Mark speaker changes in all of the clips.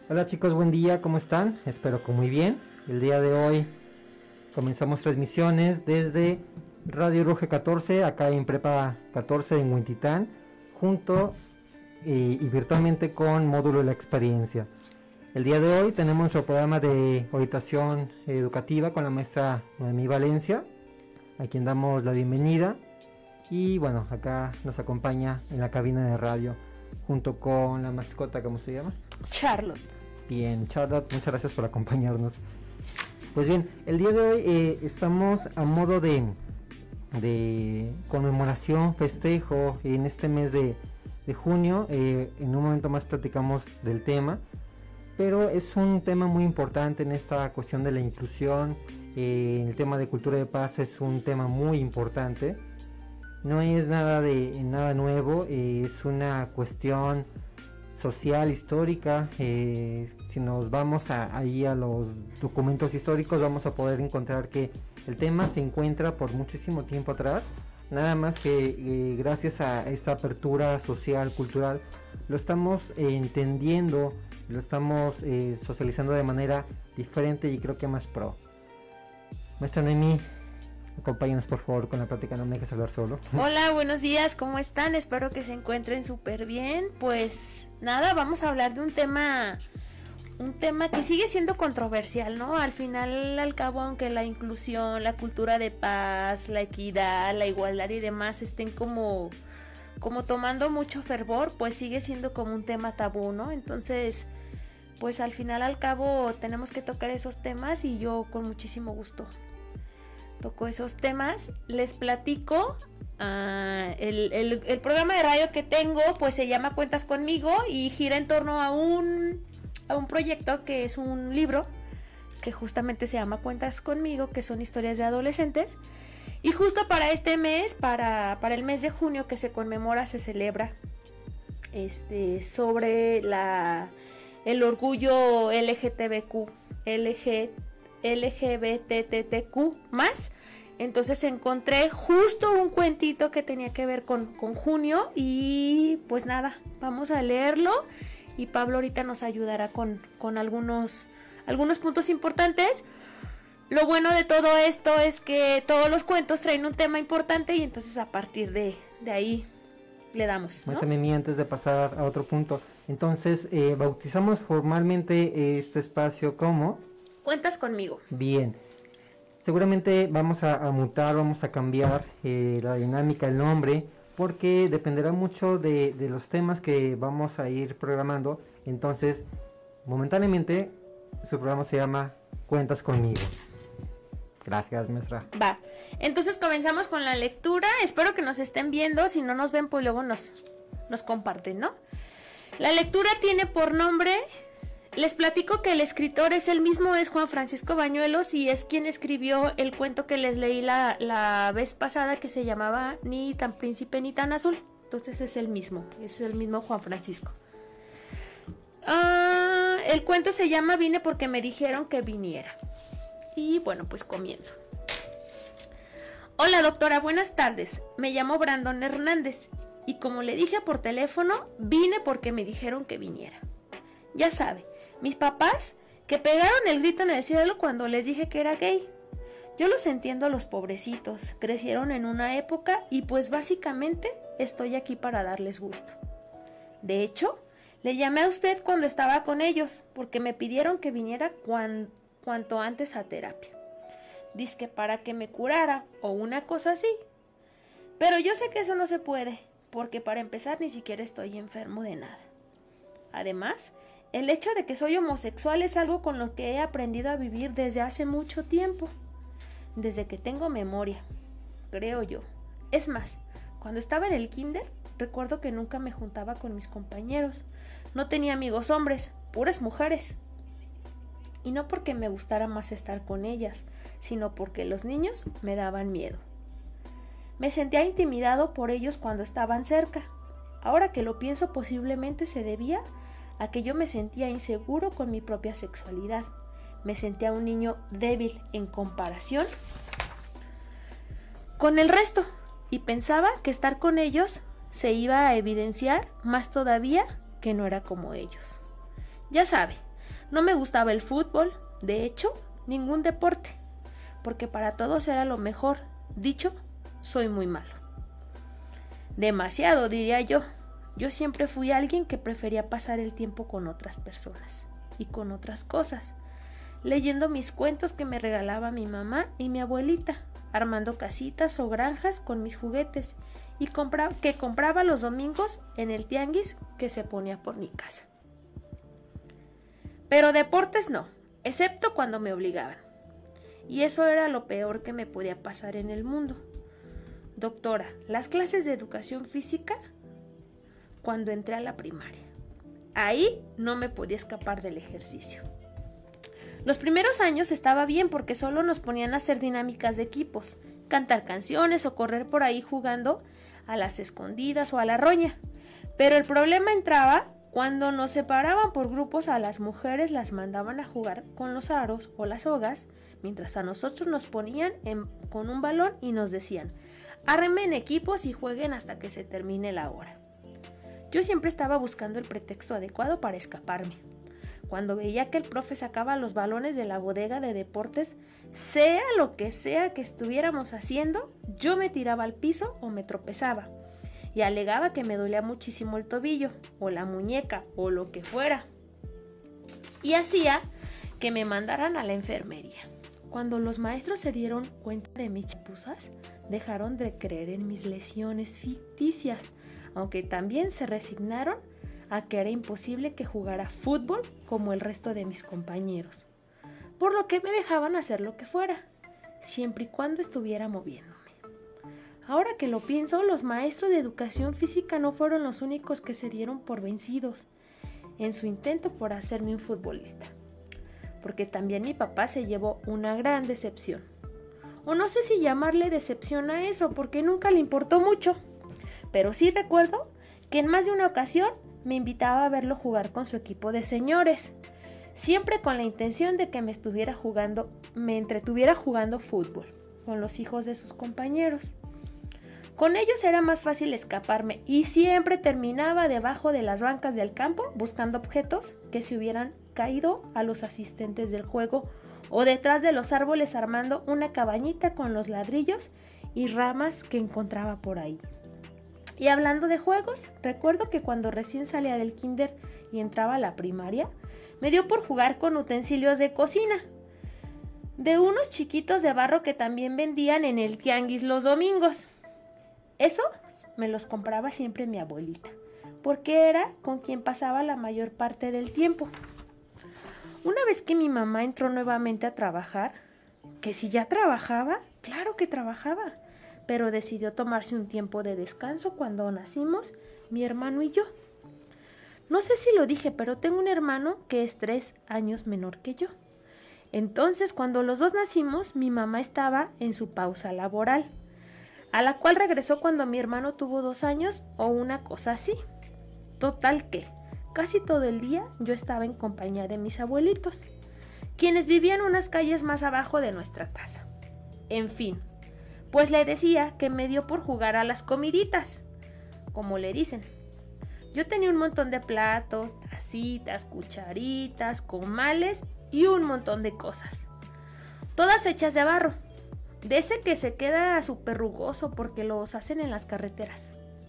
Speaker 1: Hola chicos, buen día, ¿cómo están? Espero que muy bien. El día de hoy comenzamos transmisiones desde Radio Ruge 14, acá en Prepa 14 en Huentitán, junto y virtualmente con Módulo La Experiencia. El día de hoy tenemos nuestro programa de orientación educativa con la maestra Noemí Valencia, a quien damos la bienvenida. Y bueno, acá nos acompaña en la cabina de radio, junto con la mascota, ¿cómo se llama?
Speaker 2: Charlotte.
Speaker 1: Bien, Charlotte, muchas gracias por acompañarnos. Pues bien, el día de hoy estamos a modo de conmemoración, festejo, en este mes de junio. En un momento más platicamos del tema, pero es un tema muy importante en esta cuestión de la inclusión. El tema de cultura de paz es un tema muy importante. No es nada nuevo, es una cuestión social, histórica. Si nos vamos ahí a los documentos históricos, vamos a poder encontrar que el tema se encuentra por muchísimo tiempo atrás, nada más que gracias a esta apertura social, cultural, lo estamos entendiendo, lo estamos socializando de manera diferente y creo que más pro. Maestra Noemí, acompáñanos por favor con la plática, no me dejes hablar solo.
Speaker 2: Hola, buenos días, ¿cómo están? Espero que se encuentren súper bien. Pues nada, vamos a hablar de un tema que sigue siendo controversial, ¿no? Al final, al cabo, aunque la inclusión, la cultura de paz, la equidad, la igualdad y demás estén como tomando mucho fervor, pues sigue siendo como un tema tabú, ¿no? Entonces, pues al final, al cabo, tenemos que tocar esos temas y yo con muchísimo gusto toco esos temas. Les platico. El programa de radio que tengo pues se llama Cuentas Conmigo y gira en torno a un proyecto que es un libro que justamente se llama Cuentas Conmigo, que son historias de adolescentes. Y justo para este mes, para el mes de junio que se conmemora, se celebra sobre el orgullo LGBTQ más. Entonces encontré justo un cuentito que tenía que ver con junio y pues nada, vamos a leerlo y Pablo ahorita nos ayudará con algunos puntos importantes. Lo bueno de todo esto es que todos los cuentos traen un tema importante y entonces a partir de ahí le damos, ¿no?
Speaker 1: Maestra Noemí, antes de pasar a otro punto, entonces bautizamos formalmente este espacio como
Speaker 2: Cuentas Conmigo.
Speaker 1: Bien, seguramente vamos a mutar, vamos a cambiar la dinámica, el nombre, porque dependerá mucho de los temas que vamos a ir programando. Entonces, momentáneamente, su programa se llama Cuentas Conmigo. Gracias, maestra.
Speaker 2: Va, entonces comenzamos con la lectura. Espero que nos estén viendo. Si no nos ven, pues luego nos comparten, ¿no? La lectura tiene por nombre... Les platico que el escritor es el mismo, es Juan Francisco Bañuelos y es quien escribió el cuento que les leí la vez pasada, que se llamaba Ni tan príncipe ni tan azul. Entonces es el mismo Juan Francisco. El cuento se llama Vine porque me dijeron que viniera. Y bueno, pues comienzo. Hola doctora, buenas tardes. Me llamo Brandon Hernández y como le dije por teléfono, vine porque me dijeron que viniera. Ya sabe, mis papás que pegaron el grito en el cielo cuando les dije que era gay. Yo los entiendo a los pobrecitos, crecieron en una época y pues básicamente estoy aquí para darles gusto. De hecho, le llamé a usted cuando estaba con ellos porque me pidieron que viniera cuanto antes a terapia. Dizque para que me curara o una cosa así. Pero yo sé que eso no se puede, porque para empezar ni siquiera estoy enfermo de nada. Además, el hecho de que soy homosexual es algo con lo que he aprendido a vivir desde hace mucho tiempo. Desde que tengo memoria, creo yo. Es más, cuando estaba en el kinder, recuerdo que nunca me juntaba con mis compañeros. No tenía amigos hombres, puras mujeres. Y no porque me gustara más estar con ellas, sino porque los niños me daban miedo. Me sentía intimidado por ellos cuando estaban cerca. Ahora que lo pienso, posiblemente se debía a que yo me sentía inseguro con mi propia sexualidad. Me sentía un niño débil en comparación con el resto y pensaba que estar con ellos se iba a evidenciar más todavía que no era como ellos. Ya sabe, No me gustaba el fútbol, de hecho, ningún deporte, porque para todos era lo mejor. Dicho, soy muy malo. Demasiado, diría yo. Yo siempre fui alguien que prefería pasar el tiempo con otras personas y con otras cosas, leyendo mis cuentos que me regalaba mi mamá y mi abuelita, armando casitas o granjas con mis juguetes y que compraba los domingos en el tianguis que se ponía por mi casa. Pero deportes no, excepto cuando me obligaban. Y eso era lo peor que me podía pasar en el mundo. Doctora, las clases de educación física cuando entré a la primaria. Ahí no me podía escapar del ejercicio. Los primeros años estaba bien porque solo nos ponían a hacer dinámicas de equipos, cantar canciones o correr por ahí jugando a las escondidas o a la roña. Pero el problema entraba cuando nos separaban por grupos. A las mujeres las mandaban a jugar con los aros o las sogas, mientras a nosotros nos ponían con un balón y nos decían: arremen equipos y jueguen hasta que se termine la hora. Yo siempre estaba buscando el pretexto adecuado para escaparme. Cuando veía que el profe sacaba los balones de la bodega de deportes, sea lo que sea que estuviéramos haciendo, yo me tiraba al piso o me tropezaba y alegaba que me dolía muchísimo el tobillo o la muñeca o lo que fuera, y hacía que me mandaran a la enfermería. Cuando los maestros se dieron cuenta de mis chapuzas, dejaron de creer en mis lesiones ficticias, aunque también se resignaron a que era imposible que jugara fútbol como el resto de mis compañeros, por lo que me dejaban hacer lo que fuera, siempre y cuando estuviera moviéndome. Ahora que lo pienso, los maestros de educación física no fueron los únicos que se dieron por vencidos en su intento por hacerme un futbolista, porque también mi papá se llevó una gran decepción. O no sé si llamarle decepción a eso, porque nunca le importó mucho, pero sí recuerdo que en más de una ocasión me invitaba a verlo jugar con su equipo de señores, siempre con la intención de que me entretuviera jugando fútbol con los hijos de sus compañeros. Con ellos era más fácil escaparme y siempre terminaba debajo de las bancas del campo buscando objetos que se hubieran caído a los asistentes del juego, o detrás de los árboles armando una cabañita con los ladrillos y ramas que encontraba por ahí. Y hablando de juegos, recuerdo que cuando recién salía del kinder y entraba a la primaria, me dio por jugar con utensilios de cocina, de unos chiquitos de barro que también vendían en el tianguis los domingos. Eso me los compraba siempre mi abuelita, porque era con quien pasaba la mayor parte del tiempo. Una vez que mi mamá entró nuevamente a trabajar, que si ya trabajaba, claro que trabajaba, pero decidió tomarse un tiempo de descanso cuando nacimos mi hermano y yo. No sé si lo dije, pero tengo un hermano que es 3 años menor que yo. Entonces, cuando los dos nacimos, mi mamá estaba en su pausa laboral, a la cual regresó cuando mi hermano tuvo 2 años o una cosa así. Total que casi todo el día yo estaba en compañía de mis abuelitos, quienes vivían unas calles más abajo de nuestra casa. En fin, pues le decía que me dio por jugar a las comiditas, como le dicen. Yo tenía un montón de platos, tacitas, cucharitas, comales y un montón de cosas, todas hechas de barro, de ese que se queda súper rugoso porque los hacen en las carreteras.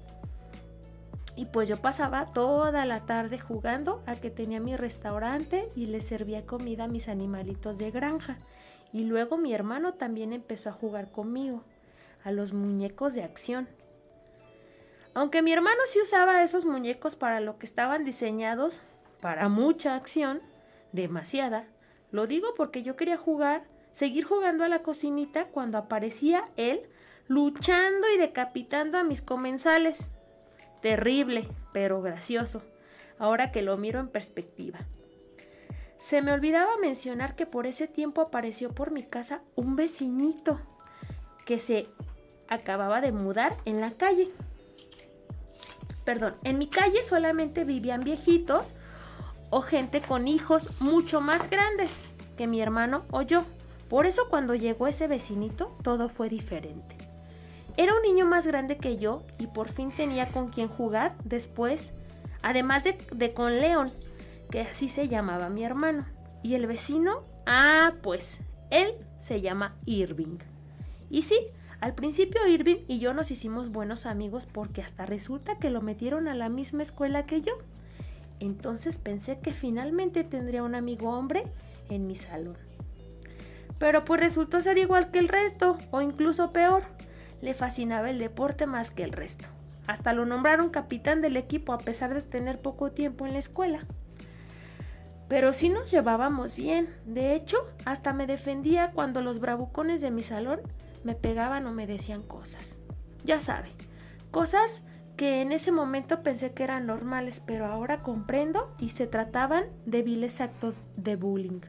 Speaker 2: Y pues yo pasaba toda la tarde jugando a que tenía mi restaurante y le servía comida a mis animalitos de granja. Y luego mi hermano también empezó a jugar conmigo, a los muñecos de acción. Aunque mi hermano sí usaba esos muñecos para lo que estaban diseñados, para mucha acción, demasiada. Lo digo porque yo quería seguir jugando a la cocinita cuando aparecía él luchando y decapitando a mis comensales. Terrible, pero gracioso, ahora que lo miro en perspectiva. Se me olvidaba mencionar que por ese tiempo apareció por mi casa un vecinito que se acababa de mudar en la calle. En mi calle solamente vivían viejitos o gente con hijos mucho más grandes que mi hermano o yo. Por eso cuando llegó ese vecinito, todo fue diferente. Era un niño más grande que yo y por fin tenía con quien jugar después, además de con León, que así se llamaba mi hermano. ¿Y el vecino? Pues él se llama Irving. Y sí, al principio Irving y yo nos hicimos buenos amigos porque hasta resulta que lo metieron a la misma escuela que yo. Entonces pensé que finalmente tendría un amigo hombre en mi salón. Pero pues resultó ser igual que el resto, o incluso peor. Le fascinaba el deporte más que el resto. Hasta lo nombraron capitán del equipo a pesar de tener poco tiempo en la escuela. Pero sí nos llevábamos bien. De hecho, hasta me defendía cuando los bravucones de mi salón me pegaban o me decían cosas. Ya sabe, cosas que en ese momento pensé que eran normales, pero ahora comprendo y se trataban de viles actos de bullying.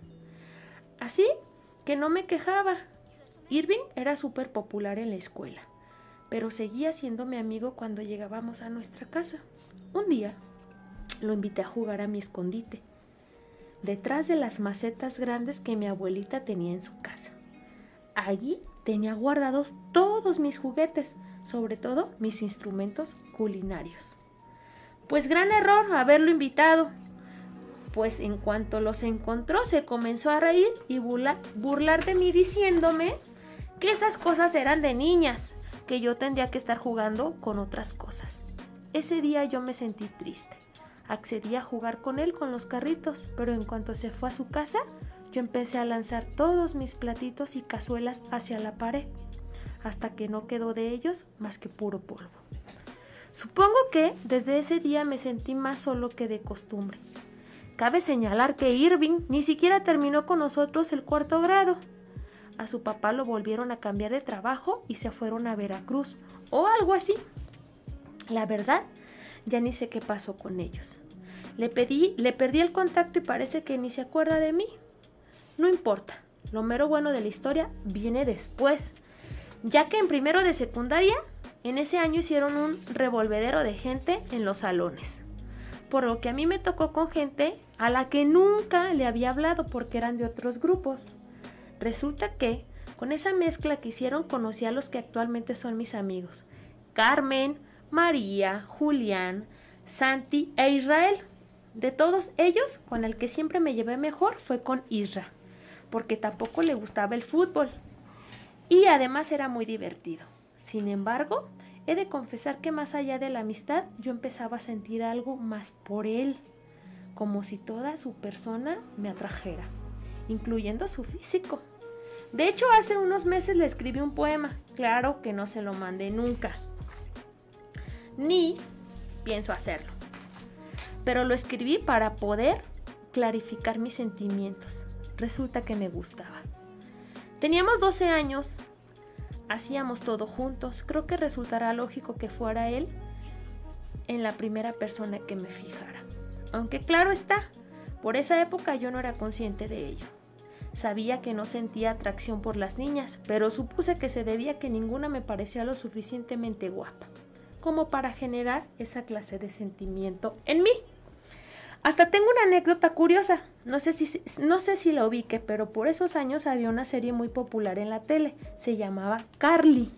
Speaker 2: Así que no me quejaba. Irving era súper popular en la escuela, pero seguía siendo mi amigo cuando llegábamos a nuestra casa. Un día lo invité a jugar a mi escondite, detrás de las macetas grandes que mi abuelita tenía en su casa. Allí tenía guardados todos mis juguetes, sobre todo mis instrumentos culinarios. Pues gran error haberlo invitado, pues en cuanto los encontró se comenzó a reír y burlar de mí diciéndome que esas cosas eran de niñas, que yo tendría que estar jugando con otras cosas. Ese día yo me sentí triste. Accedí a jugar con él con los carritos, pero en cuanto se fue a su casa, yo empecé a lanzar todos mis platitos y cazuelas hacia la pared, hasta que no quedó de ellos más que puro polvo. Supongo que desde ese día me sentí más solo que de costumbre. Cabe señalar que Irving ni siquiera terminó con nosotros el 4º grado. A su papá lo volvieron a cambiar de trabajo y se fueron a Veracruz, o algo así. La verdad, ya ni sé qué pasó con ellos. Le perdí el contacto y parece que ni se acuerda de mí. No importa, lo mero bueno de la historia viene después, ya que en primero de secundaria, en ese año hicieron un revolvedero de gente en los salones, por lo que a mí me tocó con gente a la que nunca le había hablado porque eran de otros grupos. Resulta que con esa mezcla que hicieron conocí a los que actualmente son mis amigos: Carmen, María, Julián, Santi e Israel. De todos ellos, con el que siempre me llevé mejor fue con Isra, porque tampoco le gustaba el fútbol y además era muy divertido. Sin embargo, he de confesar que más allá de la amistad, yo empezaba a sentir algo más por él, como si toda su persona me atrajera, incluyendo su físico. De hecho, hace unos meses le escribí un poema. Claro que no se lo mandé nunca, ni pienso hacerlo, pero lo escribí para poder clarificar mis sentimientos. Resulta que me gustaba. Teníamos 12 años, hacíamos todo juntos. Creo que resultará lógico que fuera él en la primera persona que me fijara. Aunque claro está, por esa época yo no era consciente de ello. Sabía que no sentía atracción por las niñas, pero supuse que se debía a que ninguna me parecía lo suficientemente guapa como para generar esa clase de sentimiento en mí. Hasta tengo una anécdota curiosa, no sé si la ubique, pero por esos años había una serie muy popular en la tele, se llamaba Carly,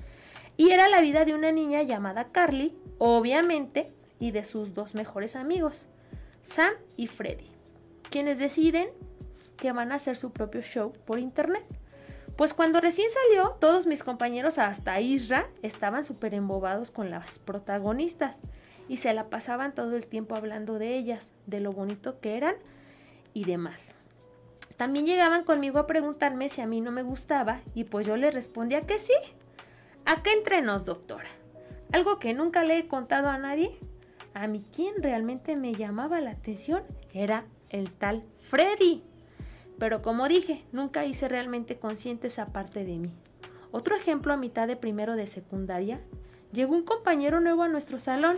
Speaker 2: y era la vida de una niña llamada Carly, obviamente, y de sus 2 mejores amigos, Sam y Freddy, quienes deciden que van a hacer su propio show por internet. Pues cuando recién salió, todos mis compañeros, hasta Isra, estaban súper embobados con las protagonistas y se la pasaban todo el tiempo hablando de ellas, de lo bonito que eran y demás. También llegaban conmigo a preguntarme si a mí no me gustaba y pues yo les respondía que sí. Acá entre nos, doctora, algo que nunca le he contado a nadie, a mí quien realmente me llamaba la atención era el tal Freddy. Pero como dije, nunca hice realmente consciente esa parte de mí. Otro ejemplo: a mitad de primero de secundaria, llegó un compañero nuevo a nuestro salón.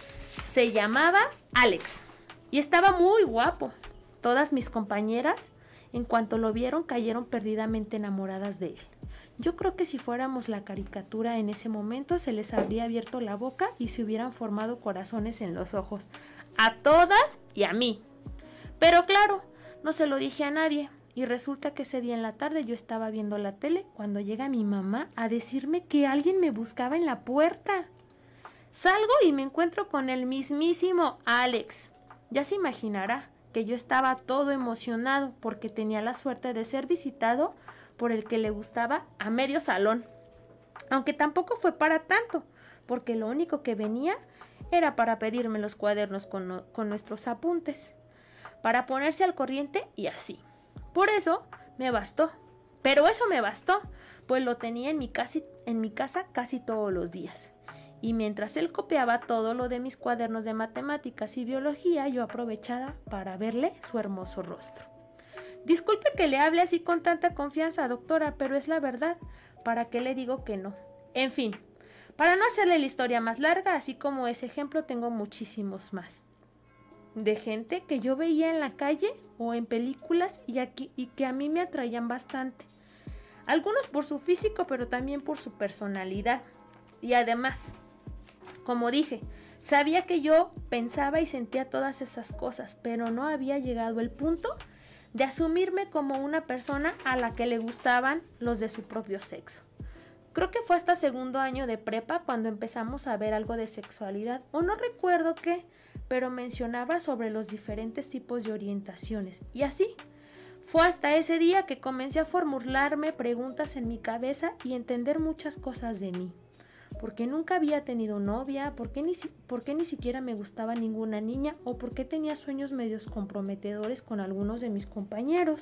Speaker 2: Se llamaba Alex y estaba muy guapo. Todas mis compañeras, en cuanto lo vieron, cayeron perdidamente enamoradas de él. Yo creo que si fuéramos la caricatura en ese momento, se les habría abierto la boca y se hubieran formado corazones en los ojos. A todas y a mí. Pero claro, no se lo dije a nadie, y resulta que ese día en la tarde yo estaba viendo la tele cuando llega mi mamá a decirme que alguien me buscaba en la puerta. Salgo y me encuentro con el mismísimo Alex. Ya se imaginará que yo estaba todo emocionado porque tenía la suerte de ser visitado por el que le gustaba a medio salón. Aunque tampoco fue para tanto, porque lo único que venía era para pedirme los cuadernos con nuestros apuntes, para ponerse al corriente y así. Por eso me bastó, pero eso me bastó, pues lo tenía en mi casa casi todos los días. Y mientras él copiaba todo lo de mis cuadernos de matemáticas y biología, yo aprovechaba para verle su hermoso rostro. Disculpe que le hable así con tanta confianza, doctora, pero es la verdad. ¿Para qué le digo que no? En fin, para no hacerle la historia más larga, así como ese ejemplo, tengo muchísimos más. De gente que yo veía en la calle o en películas y que a mí me atraían bastante. Algunos por su físico, pero también por su personalidad. Y además, como dije, sabía que yo pensaba y sentía todas esas cosas, pero no había llegado el punto de asumirme como una persona a la que le gustaban los de su propio sexo. Creo que fue hasta segundo año de prepa cuando empezamos a ver algo de sexualidad, o no recuerdo qué, pero mencionaba sobre los diferentes tipos de orientaciones, y así. Fue hasta ese día que comencé a formularme preguntas en mi cabeza y entender muchas cosas de mí. ¿Por qué nunca había tenido novia? ¿Por qué ni siquiera me gustaba ninguna niña? ¿O por qué tenía sueños medios comprometedores con algunos de mis compañeros?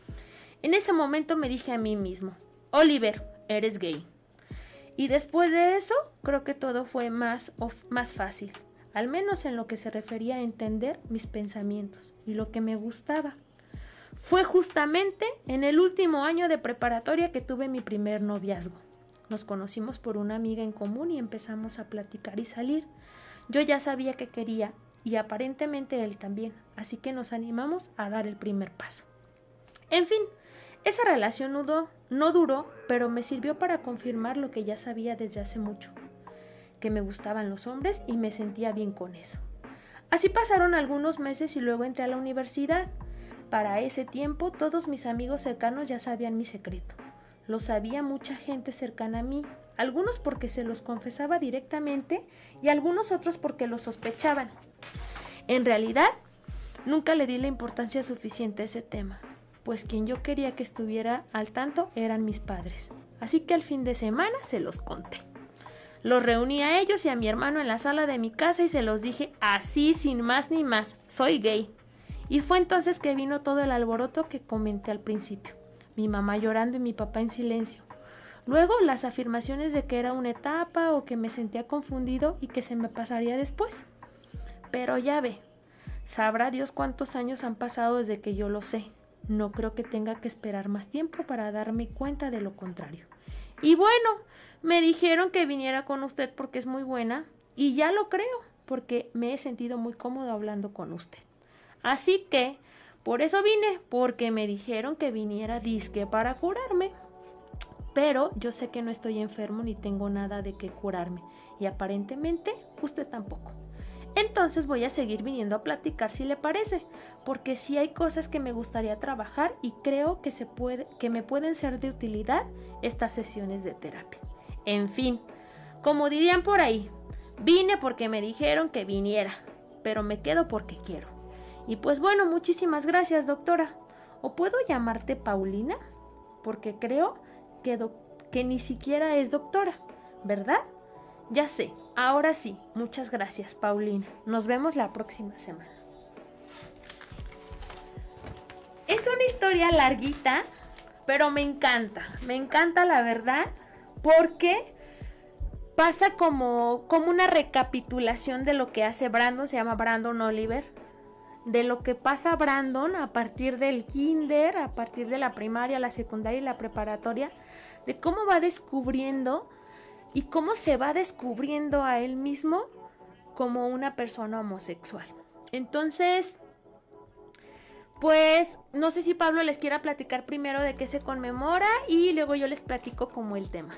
Speaker 2: En ese momento me dije a mí mismo, Oliver, eres gay. Y después de eso, creo que todo fue más fácil, al menos en lo que se refería a entender mis pensamientos y lo que me gustaba. Fue justamente en el último año de preparatoria que tuve mi primer noviazgo. Nos conocimos por una amiga en común y empezamos a platicar y salir. Yo ya sabía que quería y aparentemente él también, así que nos animamos a dar el primer paso. En fin, esa relación no duró, pero me sirvió para confirmar lo que ya sabía desde hace mucho, que me gustaban los hombres y me sentía bien con eso. Así pasaron algunos meses y luego entré a la universidad. Para ese tiempo todos mis amigos cercanos ya sabían mi secreto. Lo sabía mucha gente cercana a mí, algunos porque se los confesaba directamente y algunos otros porque lo sospechaban. En realidad, nunca le di la importancia suficiente a ese tema, pues quien yo quería que estuviera al tanto eran mis padres. Así que al fin de semana se los conté. Los reuní a ellos y a mi hermano en la sala de mi casa y se los dije así, sin más ni más, soy gay. Y fue entonces que vino todo el alboroto que comenté al principio. Mi mamá llorando y mi papá en silencio. Luego las afirmaciones de que era una etapa o que me sentía confundido y que se me pasaría después. Pero ya ve, sabrá Dios cuántos años han pasado desde que yo lo sé. No creo que tenga que esperar más tiempo para darme cuenta de lo contrario. Y bueno, me dijeron que viniera con usted porque es muy buena y ya lo creo, porque me he sentido muy cómodo hablando con usted. Así que por eso vine, porque me dijeron que viniera disque para curarme. Pero yo sé que no estoy enfermo ni tengo nada de qué curarme. Y aparentemente usted tampoco. Entonces voy a seguir viniendo a platicar si le parece. Porque sí hay cosas que me gustaría trabajar y creo que me pueden ser de utilidad estas sesiones de terapia. En fin, como dirían por ahí, vine porque me dijeron que viniera. Pero me quedo porque quiero. Y pues bueno, muchísimas gracias, doctora. ¿O puedo llamarte Paulina? Porque creo que ni siquiera es doctora, ¿verdad? Ya sé, ahora sí. Muchas gracias, Paulina. Nos vemos la próxima semana. Es una historia larguita, pero me encanta la verdad, porque pasa como una recapitulación de lo que hace Brandon, se llama Brandon Oliver, de lo que pasa Brandon a partir del kinder, a partir de la primaria, la secundaria y la preparatoria, de cómo va descubriendo y cómo se va descubriendo a él mismo como una persona homosexual. Entonces, pues, no sé si Pablo les quiera platicar primero de qué se conmemora y luego yo les platico como el tema.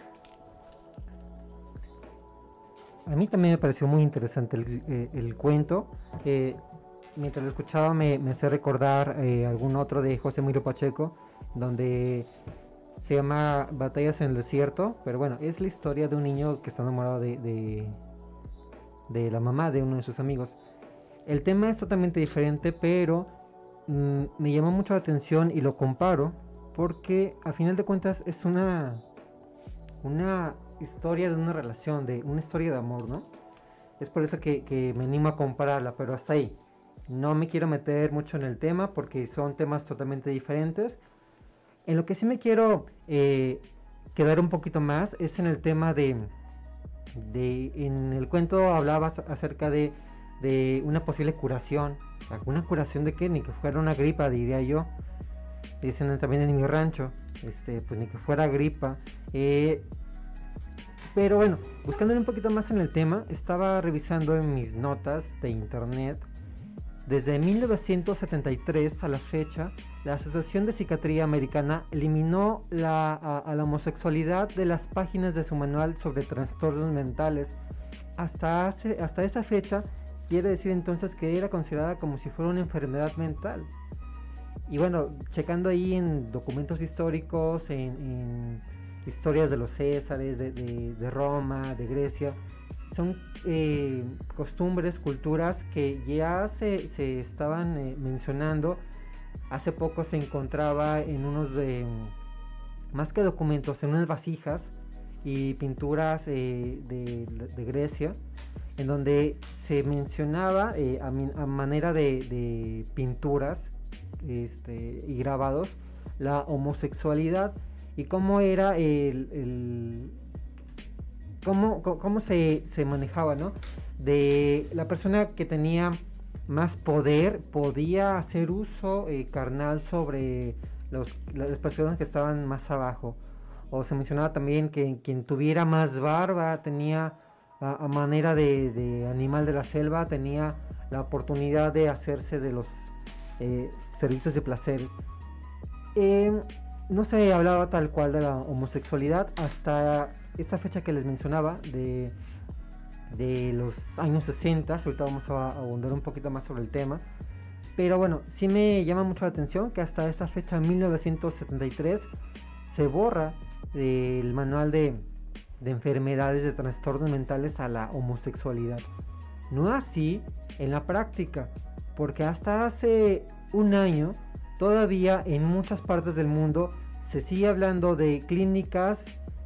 Speaker 1: A mí también me pareció muy interesante el cuento. Mientras lo escuchaba me hace recordar algún otro de José Emilio Pacheco, donde se llama Batallas en el Desierto, pero bueno, es la historia de un niño que está enamorado de la mamá de uno de sus amigos. El tema es totalmente diferente, pero me llamó mucho la atención y lo comparo porque a final de cuentas es una historia de una relación, de una historia de amor, ¿no? Es por eso que me animo a compararla, pero hasta ahí. No me quiero meter mucho en el tema porque son temas totalmente diferentes. En lo que sí me quiero quedar un poquito más es en el tema en el cuento hablabas acerca de una posible curación. ¿Alguna curación de qué? Ni que fuera una gripa, diría yo. Dicen también en mi rancho, pues ni que fuera gripa. Pero bueno, buscándole un poquito más en el tema, estaba revisando en mis notas de internet. Desde 1973 a la fecha, la Asociación de Psiquiatría Americana eliminó a la homosexualidad de las páginas de su manual sobre trastornos mentales. Hasta esa fecha, quiere decir entonces que era considerada como si fuera una enfermedad mental. Y bueno, checando ahí en documentos históricos, en historias de los Césares, de Roma, de Grecia, son costumbres, culturas que ya se estaban mencionando. Hace poco se encontraba en unos más que documentos, en unas vasijas y pinturas de Grecia, en donde se mencionaba a manera de pinturas y grabados la homosexualidad y cómo era cómo se manejaba, ¿no? De la persona que tenía más poder podía hacer uso carnal sobre las personas que estaban más abajo. O se mencionaba también que quien tuviera más barba tenía, a manera de animal de la selva, tenía la oportunidad de hacerse de los servicios de placer. No se hablaba tal cual de la homosexualidad hasta esta fecha que les mencionaba de los años 60. Ahorita vamos a abundar un poquito más sobre el tema, pero bueno, sí me llama mucho la atención que hasta esta fecha, 1973, se borra del manual de enfermedades de trastornos mentales a la homosexualidad. No así en la práctica, porque hasta hace un año todavía en muchas partes del mundo se sigue hablando de clínicas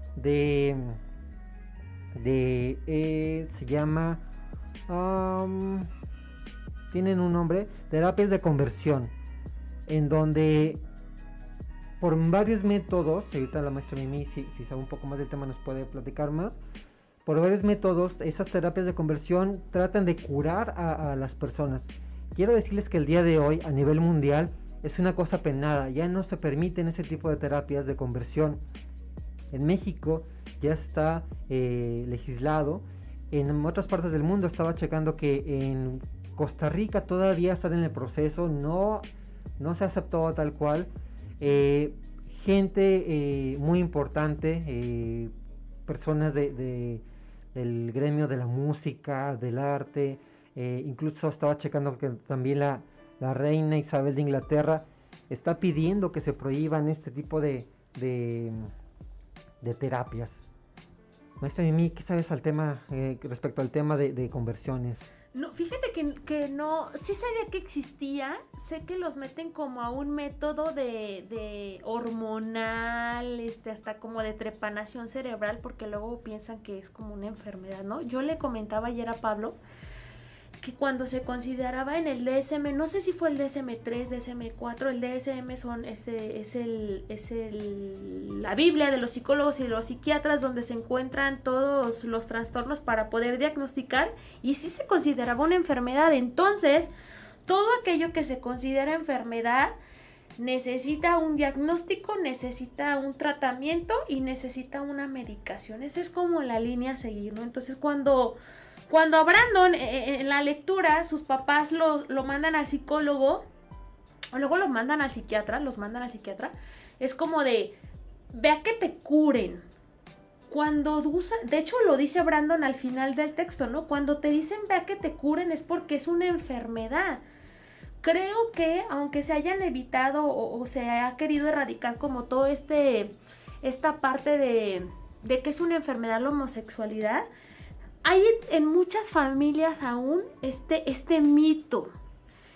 Speaker 1: se llama tienen un nombre, terapias de conversión, en donde por varios métodos, ahorita la maestra Mimi, si sabe un poco más del tema, nos puede platicar más. Por varios métodos, esas terapias de conversión tratan de curar a las personas. Quiero decirles que el día de hoy, a nivel mundial, es una cosa penada. Ya no se permiten ese tipo de terapias de conversión. En México ya está legislado. En otras partes del mundo estaba checando que en Costa Rica todavía están en el proceso. No se aceptó tal cual. Gente muy importante, personas del gremio de la música, del arte, incluso estaba checando que también la reina Isabel de Inglaterra está pidiendo que se prohíban este tipo de terapias. Maestra Mimi, ¿qué sabes al tema respecto al tema de conversiones?
Speaker 2: No, fíjate que no, sí sabía que existía, sé que los meten como a un método de hormonal, hasta como de trepanación cerebral, porque luego piensan que es como una enfermedad, ¿no? Yo le comentaba ayer a Pablo que cuando se consideraba en el DSM, no sé si fue el DSM-3, DSM-4, el DSM es la Biblia de los psicólogos y de los psiquiatras, donde se encuentran todos los trastornos para poder diagnosticar, y sí se consideraba una enfermedad. Entonces, todo aquello que se considera enfermedad necesita un diagnóstico, necesita un tratamiento y necesita una medicación. Esa es como la línea a seguir, ¿no? Entonces, cuando a Brandon en la lectura sus papás lo mandan al psicólogo, o luego los mandan al psiquiatra, es como de, ve a que te curen. De hecho lo dice Brandon al final del texto, ¿no? Cuando te dicen ve a que te curen es porque es una enfermedad. Creo que aunque se hayan evitado o se haya querido erradicar como todo esta parte de que es una enfermedad la homosexualidad, hay en muchas familias aún este mito.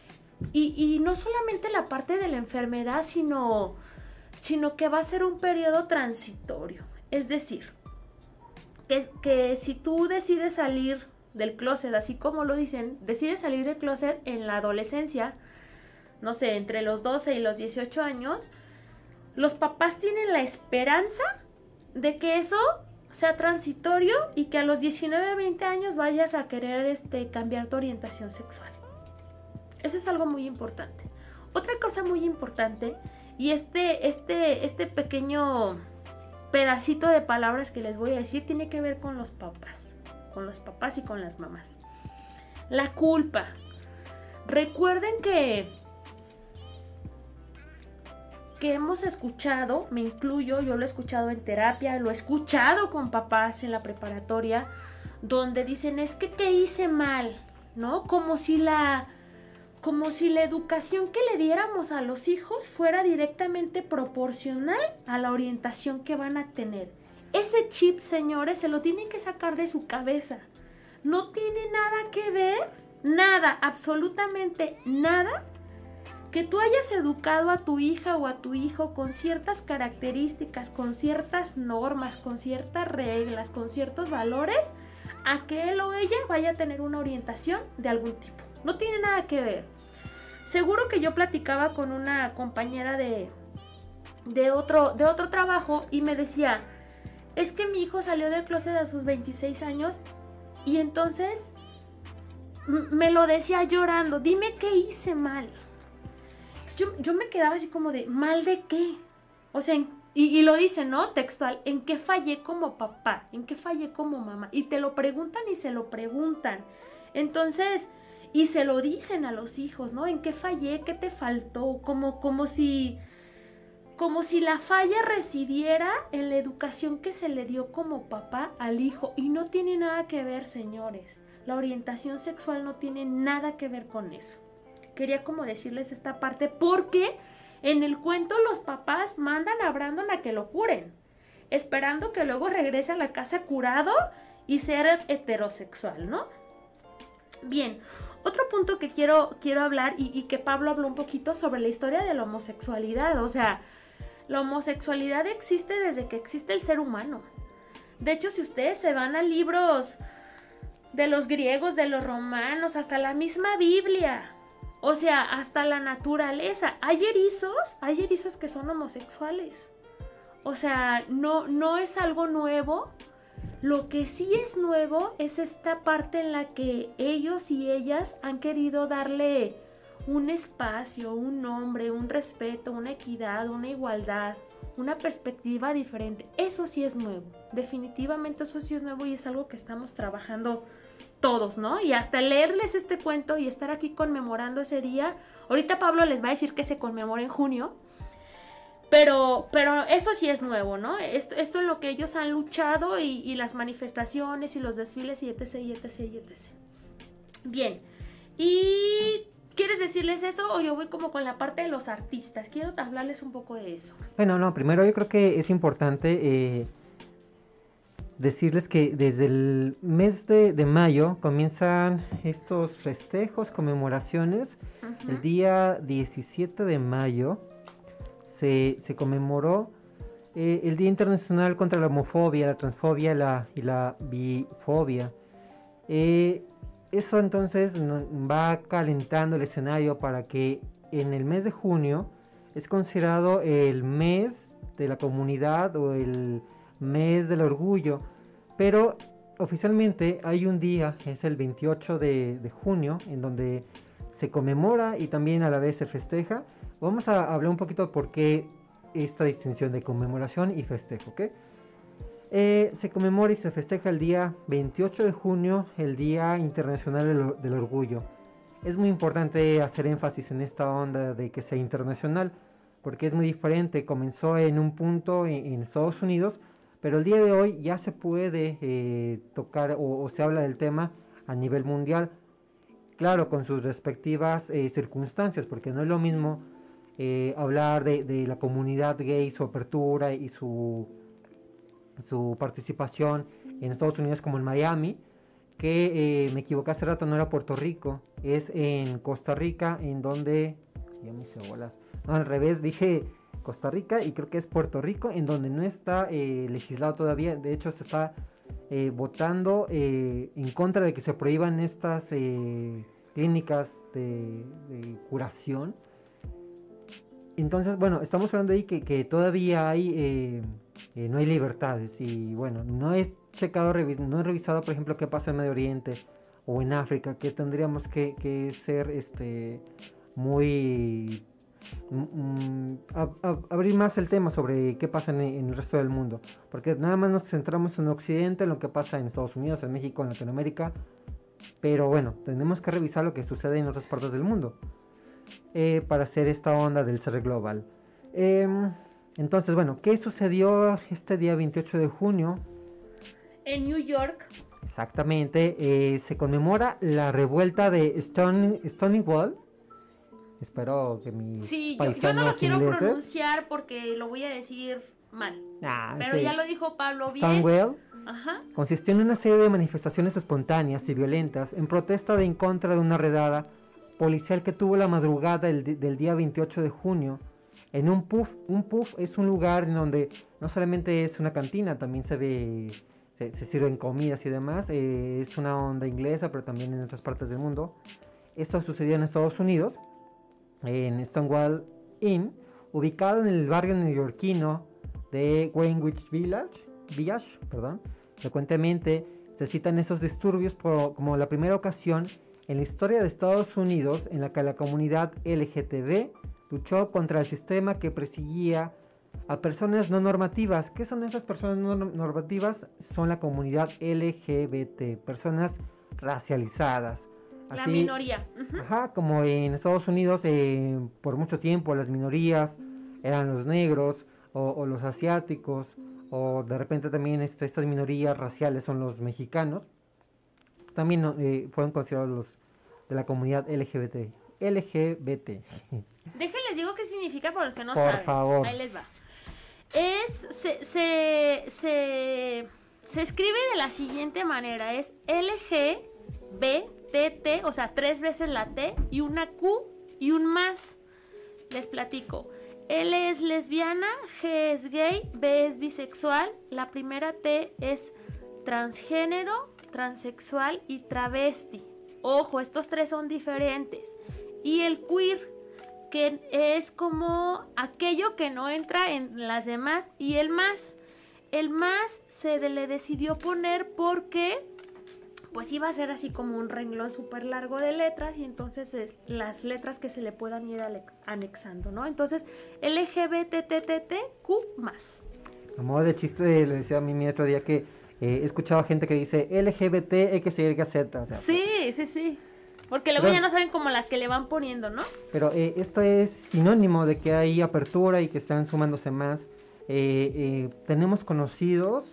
Speaker 2: Y no solamente la parte de la enfermedad, sino que va a ser un periodo transitorio. Es decir, que si tú decides salir del closet, así como lo dicen, decides salir del closet en la adolescencia, no sé, entre los 12 y los 18 años, los papás tienen la esperanza de que eso sea transitorio y que a los 19, 20 años vayas a querer cambiar tu orientación sexual. Eso es algo muy importante. Otra cosa muy importante, y este pequeño pedacito de palabras que les voy a decir tiene que ver con los papás y con las mamás. La culpa. Recuerden que hemos escuchado, me incluyo, yo lo he escuchado en terapia, lo he escuchado con papás en la preparatoria, donde dicen, es que ¿qué hice mal? ¿No? Como si la educación que le diéramos a los hijos fuera directamente proporcional a la orientación que van a tener. Ese chip, señores, se lo tienen que sacar de su cabeza. No tiene nada que ver, nada, absolutamente nada, que tú hayas educado a tu hija o a tu hijo con ciertas características, con ciertas normas, con ciertas reglas, con ciertos valores, a que él o ella vaya a tener una orientación de algún tipo. No tiene nada que ver. Seguro que yo platicaba con una compañera de otro trabajo y me decía, es que mi hijo salió del closet a sus 26 años y entonces me lo decía llorando, dime qué hice mal. Yo me quedaba así como de, ¿mal de qué? O sea, y lo dice, ¿no? Textual, ¿en qué fallé como papá? ¿En qué fallé como mamá? Y te lo preguntan y se lo preguntan. Entonces, y se lo dicen a los hijos, ¿no? ¿En qué fallé? ¿Qué te faltó? Como si la falla residiera en la educación que se le dio como papá al hijo. Y no tiene nada que ver, señores. La orientación sexual no tiene nada que ver con eso. Quería como decirles esta parte porque en el cuento los papás mandan a Brandon a que lo curen, esperando que luego regrese a la casa curado y ser heterosexual, ¿no? Bien, otro punto que quiero hablar y que Pablo habló un poquito sobre la historia de la homosexualidad. O sea, la homosexualidad existe desde que existe el ser humano. De hecho, si ustedes se van a libros de los griegos, de los romanos, hasta la misma Biblia, o sea, hasta la naturaleza, hay erizos que son homosexuales. O sea, no es algo nuevo. Lo que sí es nuevo es esta parte en la que ellos y ellas han querido darle un espacio, un nombre, un respeto, una equidad, una igualdad, una perspectiva diferente. Eso sí es nuevo, definitivamente eso sí es nuevo y es algo que estamos trabajando todos, ¿no? Y hasta leerles este cuento y estar aquí conmemorando ese día. Ahorita Pablo les va a decir que se conmemora en junio, pero eso sí es nuevo, ¿no? Esto es lo que ellos han luchado y las manifestaciones y los desfiles y etc, y etc, y etc. Bien, y ¿quieres decirles eso o yo voy como con la parte de los artistas? Quiero hablarles un poco de eso.
Speaker 1: Bueno, no, primero yo creo que es importante decirles que desde el mes de mayo comienzan estos festejos, conmemoraciones. Uh-huh. El día 17 de mayo se conmemoró el Día Internacional contra la Homofobia, la Transfobia y la Bifobia. Eso entonces va calentando el escenario para que en el mes de junio es considerado el mes de la comunidad o el mes del orgullo, pero oficialmente hay un día, es el 28 de junio, en donde se conmemora y también a la vez se festeja. Vamos a hablar un poquito de por qué esta distinción de conmemoración y festejo, ¿ok? Se conmemora y se festeja el día 28 de junio, el Día Internacional del Orgullo. Es muy importante hacer énfasis en esta onda de que sea internacional, porque es muy diferente. Comenzó en un punto en Estados Unidos, pero el día de hoy ya se puede tocar o se habla del tema a nivel mundial. Claro, con sus respectivas circunstancias, porque no es lo mismo hablar de la comunidad gay, su apertura y su participación en Estados Unidos como en Miami, que me equivoqué hace rato, no era Puerto Rico, es en Costa Rica, en donde, ya me hice bolas, no, al revés, dije Costa Rica y creo que es Puerto Rico, en donde no está legislado todavía, de hecho se está votando en contra de que se prohíban estas clínicas de curación. Entonces, bueno, estamos hablando ahí que todavía hay, no hay libertades y bueno, no he checado, no he revisado, por ejemplo, qué pasa en Medio Oriente o en África, que tendríamos que ser muy... abrir más el tema sobre qué pasa en el resto del mundo, porque nada más nos centramos en Occidente, en lo que pasa en Estados Unidos, en México, en Latinoamérica, pero bueno, tenemos que revisar lo que sucede en otras partes del mundo para hacer esta onda del ser global. Entonces, bueno, ¿qué sucedió este día 28 de junio?
Speaker 2: En New York.
Speaker 1: Exactamente, se conmemora la revuelta de Stonewall. Espero que mis
Speaker 2: yo no lo quiero
Speaker 1: ingleses
Speaker 2: pronunciar porque lo voy a decir mal. Pero
Speaker 1: sí.
Speaker 2: Ya lo dijo Pablo bien.
Speaker 1: Stonewall.
Speaker 2: Ajá.
Speaker 1: Consistió en una serie de manifestaciones espontáneas y violentas en protesta en contra de una redada policial que tuvo la madrugada del día 28 de junio en un pub. Un pub es un lugar en donde no solamente es una cantina, también se sirven comidas y demás. Es una onda inglesa, pero también en otras partes del mundo. Esto sucedió en Estados Unidos, en Stonewall Inn, ubicado en el barrio neoyorquino de Greenwich Village. Frecuentemente se citan esos disturbios como la primera ocasión en la historia de Estados Unidos en la que la comunidad LGTB luchó contra el sistema que perseguía a personas no normativas. ¿Qué son esas personas no normativas? Son la comunidad LGBT, personas racializadas.
Speaker 2: La minoría.
Speaker 1: Ajá, como en Estados Unidos por mucho tiempo las minorías eran los negros o los asiáticos, o de repente también estas minorías raciales son los mexicanos. También fueron considerados los de la comunidad LGBT.
Speaker 2: Déjenles digo qué significa para los que no
Speaker 1: Por
Speaker 2: saben.
Speaker 1: favor.
Speaker 2: Ahí les va. Se escribe de la siguiente manera. Es LGBTT, o sea, 3 veces la T y una Q y un más. Les platico. L es lesbiana, G es gay, B es bisexual, la primera T es transgénero, transexual y travesti. Ojo, estos 3 son diferentes. Y el queer, que es como aquello que no entra en las demás. Y el más le decidió poner porque pues iba a ser así como un renglón súper largo de letras y entonces las letras que se le puedan ir anexando, ¿no? Entonces, LGBTTTQ más.
Speaker 1: A modo de chiste, le decía a mí otro día que he escuchado a gente que dice LGBTXYZ, o sea.
Speaker 2: Sí. Porque luego ya no saben como las que le van poniendo, ¿no?
Speaker 1: Pero esto es sinónimo de que hay apertura y que están sumándose más. Tenemos conocidos,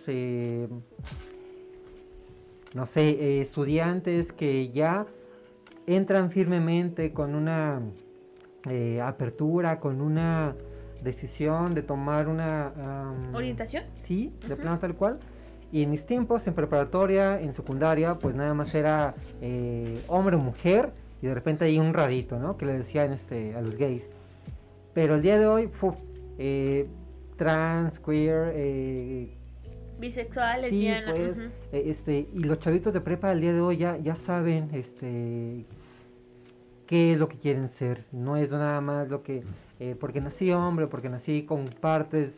Speaker 1: no sé, estudiantes que ya entran firmemente con una apertura, con una decisión de tomar una...
Speaker 2: ¿orientación?
Speaker 1: Sí, de plano tal cual. Y en mis tiempos, en preparatoria, en secundaria, pues nada más era hombre o mujer, y de repente hay un rarito, ¿no? Que le decían a los gays. Pero el día de hoy, trans, queer,
Speaker 2: bisexual, lesbiana.
Speaker 1: Pues, y los chavitos de prepa el día de hoy ya saben, qué es lo que quieren ser. No es nada más lo que, porque nací hombre, porque nací con partes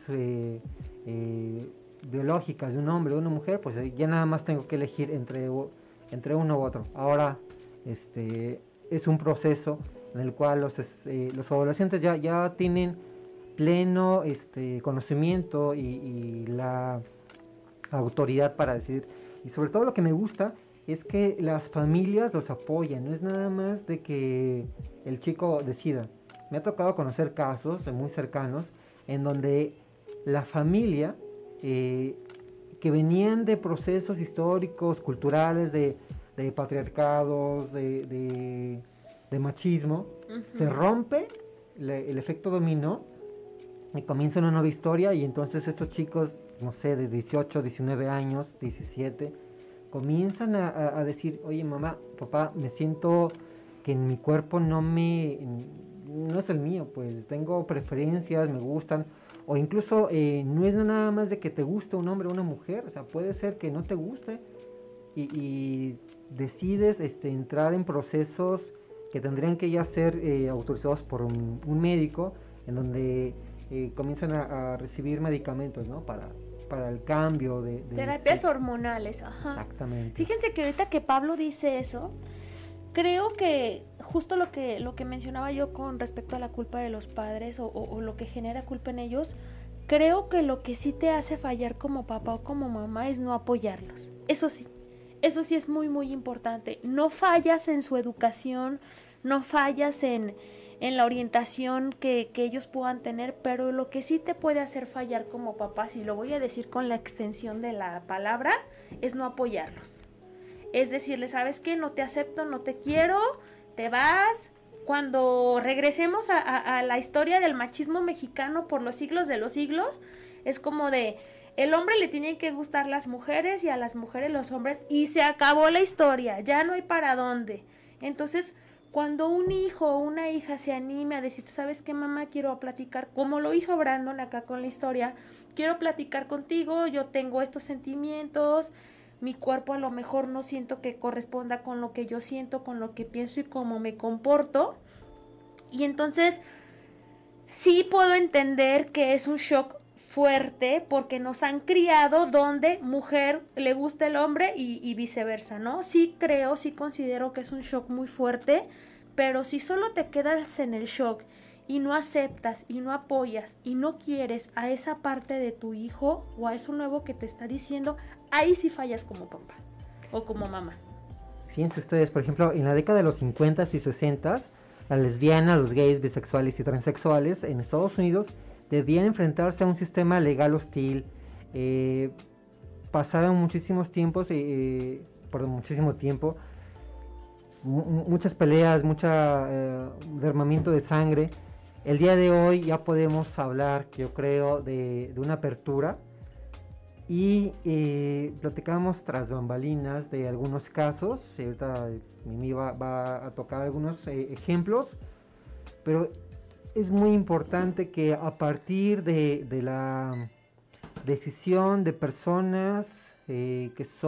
Speaker 1: biológicas de un hombre o una mujer, pues ya nada más tengo que elegir entre uno u otro. Ahora es un proceso en el cual los adolescentes ya tienen pleno conocimiento y la autoridad para decidir. Y sobre todo lo que me gusta es que las familias los apoyan, no es nada más de que el chico decida. Me ha tocado conocer casos muy cercanos en donde la familia que venían de procesos históricos, culturales, de patriarcados, de machismo, se rompe el efecto dominó y comienza una nueva historia, y entonces estos chicos, no sé, de 18, 19 años, 17, comienzan a decir, oye mamá, papá, me siento que en mi cuerpo no es el mío, pues tengo preferencias, me gustan, o incluso no es nada más de que te guste un hombre o una mujer, o sea, puede ser que no te guste y decides entrar en procesos que tendrían que ya ser autorizados por un médico, en donde comienzan a recibir medicamentos, ¿no? Para el cambio de
Speaker 2: terapias hormonales, ajá.
Speaker 1: Exactamente.
Speaker 2: Fíjense que ahorita que Pablo dice eso, creo que justo lo que mencionaba yo con respecto a la culpa de los padres o lo que genera culpa en ellos, creo que lo que sí te hace fallar como papá o como mamá es no apoyarlos. Eso sí es muy muy importante. No fallas en su educación, no fallas en la orientación que ellos puedan tener, pero lo que sí te puede hacer fallar como papás, y lo voy a decir con la extensión de la palabra, es no apoyarlos. Es decirle, ¿sabes qué? No te acepto, no te quiero, te vas. Cuando regresemos a la historia del machismo mexicano por los siglos de los siglos, es como de, el hombre le tienen que gustar las mujeres y a las mujeres los hombres, y se acabó la historia, ya no hay para dónde. Entonces, cuando un hijo o una hija se anime a decir, ¿sabes qué, mamá? Quiero platicar, como lo hizo Brandon acá con la historia, quiero platicar contigo, yo tengo estos sentimientos, mi cuerpo a lo mejor no siento que corresponda con lo que yo siento, con lo que pienso y cómo me comporto. Y entonces sí puedo entender que es un shock fuerte porque nos han criado donde mujer le gusta el hombre y viceversa, ¿no? Sí creo, sí considero que es un shock muy fuerte, pero si solo te quedas en el shock y no aceptas y no apoyas y no quieres a esa parte de tu hijo o a eso nuevo que te está diciendo, ahí sí fallas como papá o como mamá.
Speaker 1: Fíjense ustedes, por ejemplo, en la década de los 50s y 60s, las lesbianas, los gays, bisexuales y transexuales en Estados Unidos debían enfrentarse a un sistema legal hostil. Pasaron muchísimo tiempo, muchas peleas, mucho derramamiento de sangre. El día de hoy ya podemos hablar, yo creo, de una apertura y platicamos tras bambalinas de algunos casos. Ahorita Mimi va a tocar algunos ejemplos, pero es muy importante que a partir de la decisión de personas que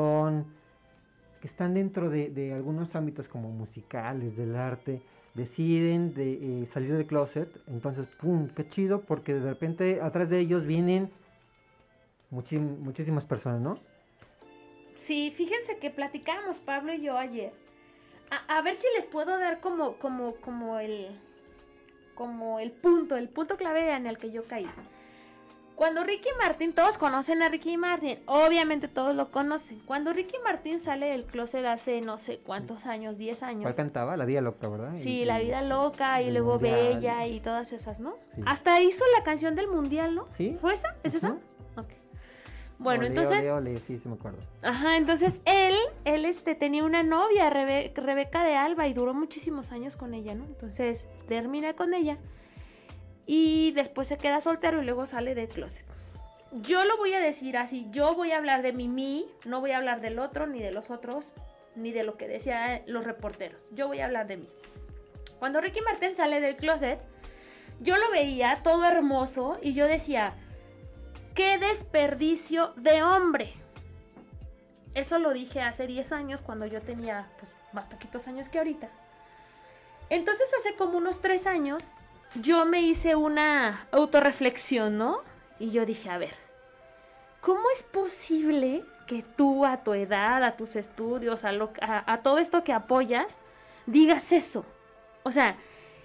Speaker 1: están dentro de algunos ámbitos como musicales, del arte, deciden salir del closet, entonces ¡pum! ¡Qué chido! Porque de repente atrás de ellos vienen muchísimas personas, ¿no?
Speaker 2: Sí, fíjense que platicábamos Pablo y yo ayer. A ver si les puedo dar como el punto clave en el que yo caí. Cuando Ricky Martin, todos conocen a Ricky Martin, obviamente todos lo conocen. Cuando Ricky Martin sale del closet hace no sé cuántos años, 10 años.
Speaker 1: ¿Cuál cantaba? La Vida Loca, ¿verdad?
Speaker 2: Sí, La Vida Loca y luego mundial. Bella y todas esas, ¿no? Sí. Hasta hizo la canción del mundial, ¿no?
Speaker 1: ¿Sí?
Speaker 2: ¿Fue esa? ¿Es esa? Ok. Bueno,
Speaker 1: olé,
Speaker 2: entonces...
Speaker 1: Olé, sí me acuerdo.
Speaker 2: Ajá, entonces él tenía una novia, Rebeca de Alba, y duró muchísimos años con ella, ¿no? Entonces termina con ella. Y después se queda soltero y luego sale del closet. Yo lo voy a decir así, yo voy a hablar de mí, no voy a hablar del otro, ni de los otros, ni de lo que decían los reporteros. Yo voy a hablar de mí. Cuando Ricky Martin sale del closet, yo lo veía todo hermoso y yo decía, ¡qué desperdicio de hombre! Eso lo dije hace 10 años cuando yo tenía pues más poquitos años que ahorita. Entonces hace como unos 3 años yo me hice una autorreflexión, ¿no? Y yo dije, a ver, ¿cómo es posible que tú a tu edad, a tus estudios, a todo esto que apoyas, digas eso? O sea,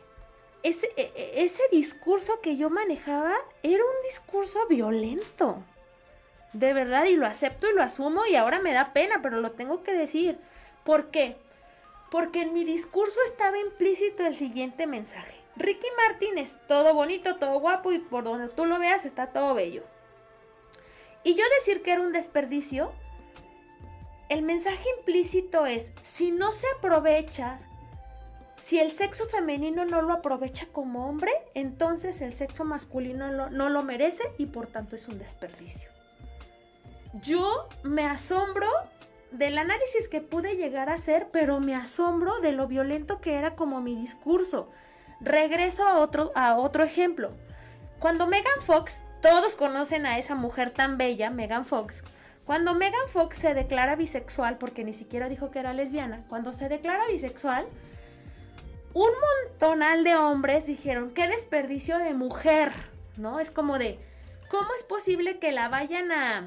Speaker 2: ese discurso que yo manejaba era un discurso violento. De verdad, y lo acepto y lo asumo y ahora me da pena, pero lo tengo que decir. ¿Por qué? Porque en mi discurso estaba implícito el siguiente mensaje. Ricky Martin es todo bonito, todo guapo y por donde tú lo veas está todo bello. Y yo decir que era un desperdicio, el mensaje implícito es, si no se aprovecha, si el sexo femenino no lo aprovecha como hombre, entonces el sexo masculino no lo merece y por tanto es un desperdicio. Yo me asombro del análisis que pude llegar a hacer, pero me asombro de lo violento que era como mi discurso. Regreso a otro ejemplo. Cuando Megan Fox, todos conocen a esa mujer tan bella, Megan Fox. Cuando Megan Fox se declara bisexual, porque ni siquiera dijo que era lesbiana, cuando se declara bisexual, un montonal de hombres dijeron, qué desperdicio de mujer, ¿no? Es como de, ¿cómo es posible que la vayan a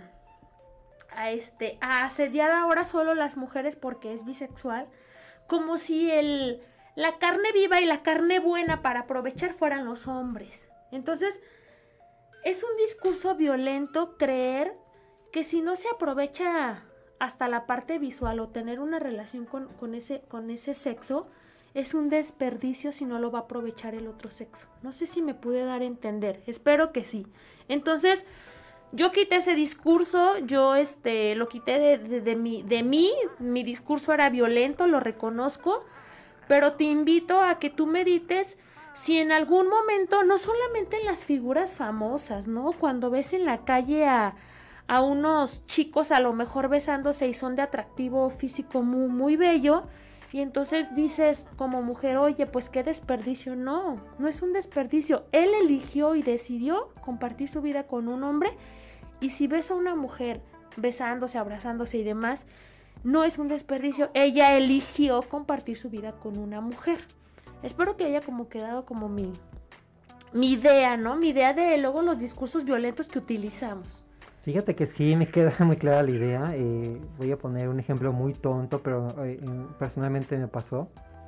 Speaker 2: asediar ahora solo las mujeres porque es bisexual? Como si la carne viva y la carne buena para aprovechar fueran los hombres. Entonces, es un discurso violento creer que si no se aprovecha hasta la parte visual o tener una relación con ese sexo, es un desperdicio si no lo va a aprovechar el otro sexo. No sé si me pude dar a entender, espero que sí. Entonces, yo quité ese discurso, yo lo quité de mí, mi discurso era violento, lo reconozco, pero te invito a que tú medites si en algún momento, no solamente en las figuras famosas, ¿no? Cuando ves en la calle a unos chicos a lo mejor besándose y son de atractivo físico muy, muy bello, y entonces dices como mujer, oye, pues qué desperdicio. No, no es un desperdicio. Él eligió y decidió compartir su vida con un hombre, y si ves a una mujer besándose, abrazándose y demás, no es un desperdicio. Ella eligió compartir su vida con una mujer. Espero que haya como quedado como mi idea, ¿no? Mi idea de luego los discursos violentos que utilizamos.
Speaker 1: Fíjate que sí, me queda muy clara la idea. Voy a poner un ejemplo muy tonto, pero personalmente me pasó.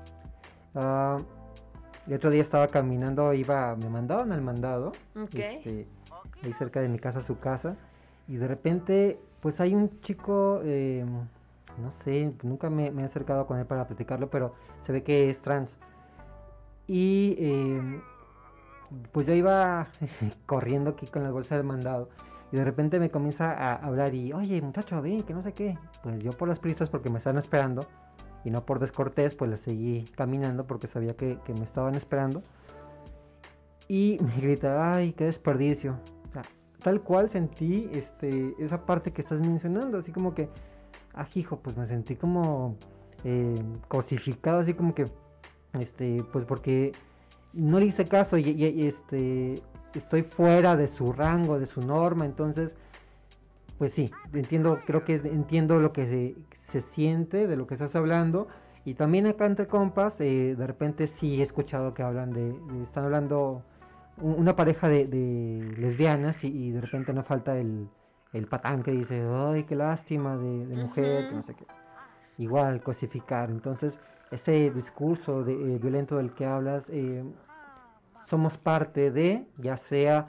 Speaker 1: El otro día estaba caminando, me mandaron al mandado,
Speaker 2: Okay.
Speaker 1: ahí cerca de mi casa, su casa, y de repente, pues hay un chico, no sé, nunca me he acercado con él para platicarlo, pero se ve que es trans. Y pues yo iba corriendo aquí con la bolsa de mandado. Y de repente me comienza a hablar y, oye muchacho, ven, que no sé qué. Pues yo por las prisas, porque me estaban esperando, y no por descortés, pues le seguí caminando porque sabía que me estaban esperando. Y me grita, ay, qué desperdicio. O sea, tal cual sentí esa parte que estás mencionando, así como que, hijo, pues me sentí como cosificado, así como que, pues porque no le hice caso y estoy fuera de su rango, de su norma. Entonces, pues sí, creo que entiendo lo que se siente, de lo que estás hablando. Y también acá entre compas, de repente sí he escuchado que están hablando una pareja de lesbianas, y de repente no falta el patán que dice, ay, qué lástima de mujer, que no sé qué. Igual, cosificar. Entonces, ese discurso violento del que hablas, somos parte de, ya sea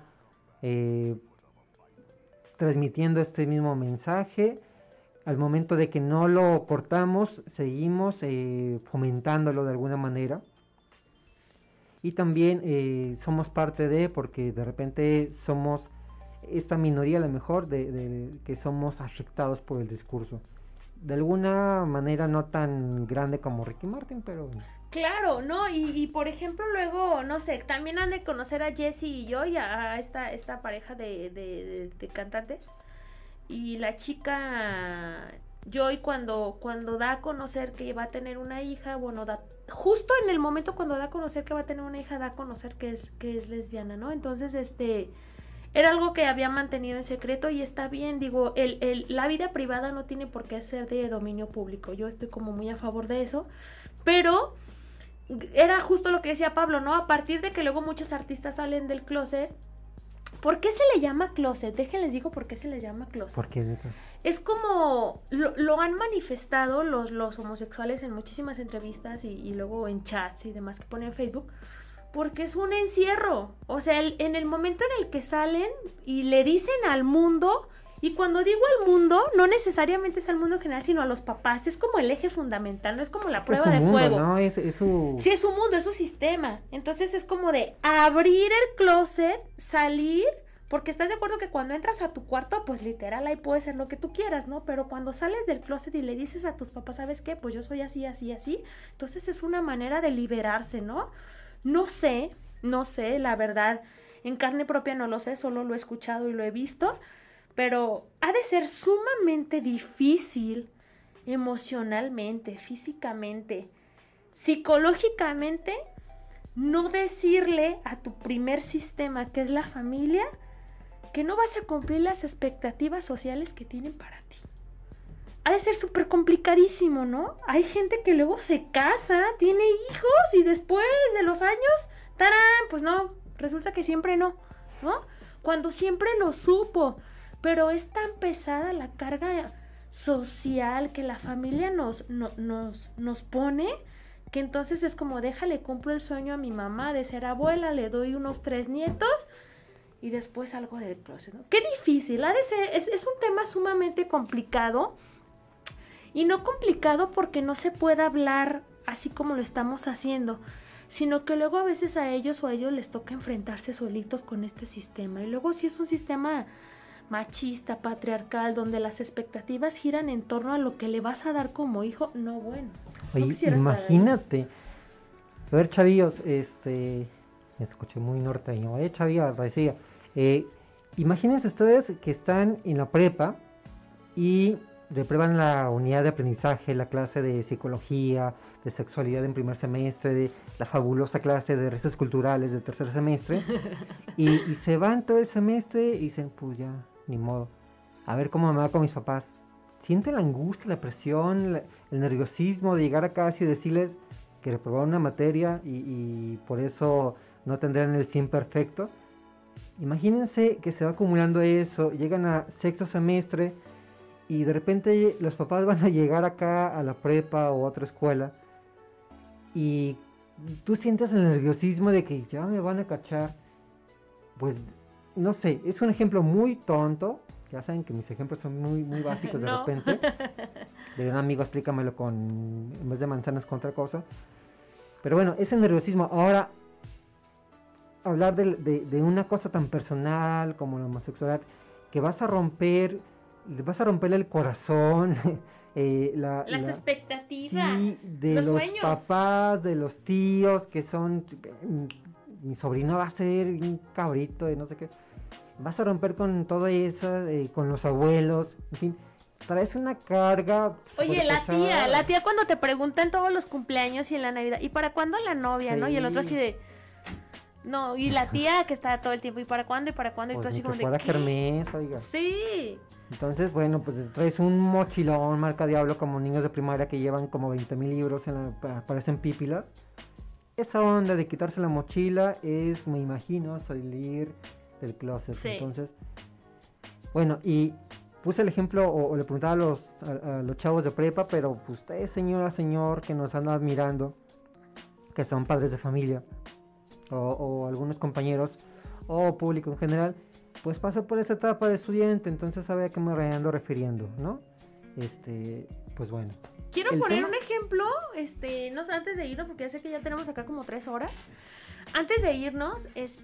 Speaker 1: transmitiendo este mismo mensaje, al momento de que no lo cortamos, seguimos fomentándolo de alguna manera. Y también somos parte de, porque de repente somos esta minoría a lo mejor de que somos afectados por el discurso. De alguna manera no tan grande como Ricky Martin, pero...
Speaker 2: Claro, ¿no? Y por ejemplo luego, no sé, también han de conocer a Jessie y Joy, a esta pareja de cantantes. Y la chica Joy cuando da a conocer que va a tener una hija, bueno, justo en el momento cuando da a conocer que va a tener una hija, da a conocer que es lesbiana, ¿no? Entonces, era algo que había mantenido en secreto y está bien, digo, la vida privada no tiene por qué ser de dominio público. Yo estoy como muy a favor de eso, pero era justo lo que decía Pablo, ¿no? A partir de que luego muchos artistas salen del closet. ¿Por qué se le llama closet? Déjenles digo por qué se le llama closet.
Speaker 1: ¿Por qué?
Speaker 2: Es como lo han manifestado los homosexuales en muchísimas entrevistas y luego en chats y demás que ponen en Facebook, porque es un encierro. O sea, en el momento en el que salen y le dicen al mundo, y cuando digo al mundo, no necesariamente es al mundo en general, sino a los papás, es como el eje fundamental, no es como la prueba de fuego.
Speaker 1: ¿No? Es su...
Speaker 2: Sí, es su mundo, es su sistema. Entonces es como de abrir el closet, salir, porque estás de acuerdo que cuando entras a tu cuarto, pues literal ahí puede ser lo que tú quieras, ¿no? Pero cuando sales del closet y le dices a tus papás, ¿sabes qué? Pues yo soy así, así, así. Entonces es una manera de liberarse, ¿no? No sé, la verdad, en carne propia no lo sé, solo lo he escuchado y lo he visto, pero ha de ser sumamente difícil emocionalmente, físicamente, psicológicamente, no decirle a tu primer sistema, que es la familia, que no vas a cumplir las expectativas sociales que tienen para ti. Ha de ser súper complicadísimo, ¿no? Hay gente que luego se casa, tiene hijos y después de los años, ¡tarán! Pues no, resulta que siempre no, ¿no? Cuando siempre lo supo, pero es tan pesada la carga social que la familia nos pone, que entonces es como, déjale, cumplo el sueño a mi mamá de ser abuela, le doy unos 3 nietos y después algo del proceso, ¿no? Qué difícil, ha de ser, es un tema sumamente complicado, y no complicado porque no se pueda hablar así como lo estamos haciendo, sino que luego a veces a ellos o a ellos les toca enfrentarse solitos con este sistema, y luego si es un sistema machista, patriarcal, donde las expectativas giran en torno a lo que le vas a dar como hijo, no, bueno.
Speaker 1: Oye, imagínate. A ver, chavillos, me escuché muy norteño. Chavillos, decía, imagínense ustedes que están en la prepa y reprueban la unidad de aprendizaje, la clase de psicología, de sexualidad en primer semestre, de la fabulosa clase de redes culturales de tercer semestre, y se van todo el semestre y dicen, pues ya, ni modo, a ver cómo me va con mis papás. Sienten la angustia, la presión, el nerviosismo de llegar a casa y decirles que reprobaron una materia y por eso no tendrán el 100 perfecto. Imagínense que se va acumulando eso, llegan a sexto semestre y de repente los papás van a llegar acá a la prepa o a otra escuela y tú sientes el nerviosismo de que ya me van a cachar. Pues no sé, es un ejemplo muy tonto. Ya saben que mis ejemplos son muy, muy básicos de repente. De un amigo, explícamelo en vez de manzanas con otra cosa. Pero bueno, ese nerviosismo. Ahora, hablar de una cosa tan personal como la homosexualidad, que vas a romperle el corazón,
Speaker 2: las expectativas,
Speaker 1: sí, de los
Speaker 2: sueños,
Speaker 1: papás, de los tíos, que son, mi sobrino va a ser un cabrito de no sé qué. Vas a romper con todo eso, con los abuelos, en fin, traes una carga.
Speaker 2: Oye, la tía cuando te preguntan todos los cumpleaños y en la Navidad, ¿y para cuándo la novia, sí, no? Y el otro así de, no, y la tía que está todo el tiempo, ¿y para cuándo? Y tú
Speaker 1: pues
Speaker 2: así como de,
Speaker 1: ¿qué? Kermés, oiga.
Speaker 2: Sí.
Speaker 1: Entonces, bueno, pues traes un mochilón marca Diablo como niños de primaria que llevan como 20,000 libros, parecen pípilas. Esa onda de quitarse la mochila es, me imagino, salir del closet. Sí. Entonces, bueno, y puse el ejemplo o le preguntaba a los chavos de prepa, pero pues ustedes, señora, señor, que nos andan admirando, que son padres de familia, o algunos compañeros, o público en general, pues pasó por esta etapa de estudiante, entonces sabe a qué me ando refiriendo, ¿no? Pues bueno.
Speaker 2: Quiero poner un ejemplo, no sé, antes de irnos, porque ya sé que ya tenemos acá como 3 horas. Antes de irnos,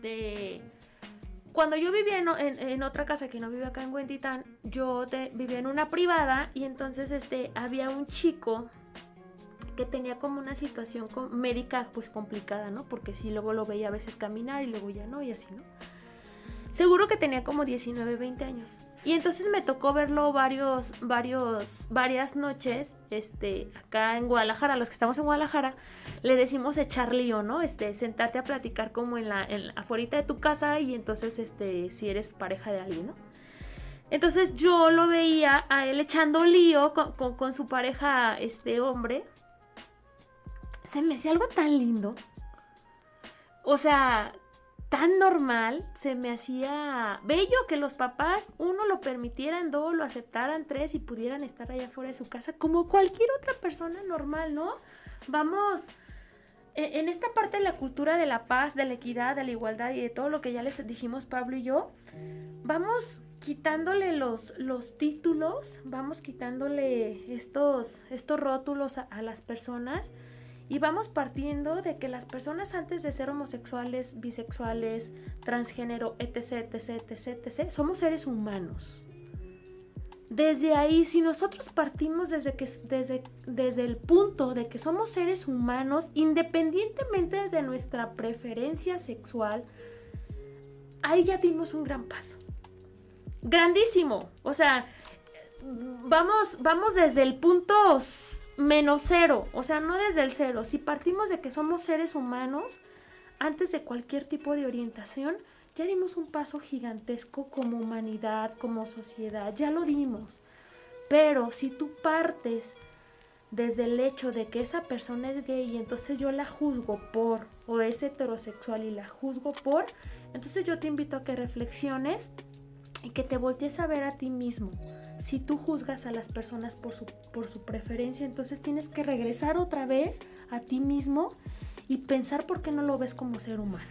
Speaker 2: cuando yo vivía en otra casa que no vive acá en Huentitán, yo vivía en una privada y entonces había un chico que tenía como una situación médica pues complicada, ¿no? Porque sí, luego lo veía a veces caminar y luego ya no, y así, ¿no? Seguro que tenía como 19, 20 años. Y entonces me tocó verlo varias noches, acá en Guadalajara. Los que estamos en Guadalajara le decimos echar lío, ¿no? Sentarte a platicar como afuera de tu casa y entonces, si eres pareja de alguien, ¿no? Entonces yo lo veía a él echando lío con su pareja, hombre. Se me hacía algo tan lindo. O sea, tan normal, se me hacía bello que los papás, 1, lo permitieran, 2, lo aceptaran, 3, y pudieran estar allá afuera de su casa como cualquier otra persona normal, ¿no? Vamos, en esta parte de la cultura de la paz, de la equidad, de la igualdad y de todo lo que ya les dijimos Pablo y yo, vamos quitándole los títulos, vamos quitándole estos rótulos a las personas. Y vamos partiendo de que las personas antes de ser homosexuales, bisexuales, transgénero, etc, etc, etc, etc, somos seres humanos. Desde ahí, si nosotros partimos desde el punto de que somos seres humanos, independientemente de nuestra preferencia sexual, ahí ya dimos un gran paso. Grandísimo. O sea, vamos desde el punto -0, o sea, no desde el 0. Si partimos de que somos seres humanos, antes de cualquier tipo de orientación, ya dimos un paso gigantesco como humanidad, como sociedad, ya lo dimos. Pero si tú partes desde el hecho de que esa persona es gay y entonces yo la juzgo por, o es heterosexual y la juzgo por, entonces yo te invito a que reflexiones y que te voltees a ver a ti mismo. Si tú juzgas a las personas por su preferencia, entonces tienes que regresar otra vez a ti mismo y pensar por qué no lo ves como ser humano.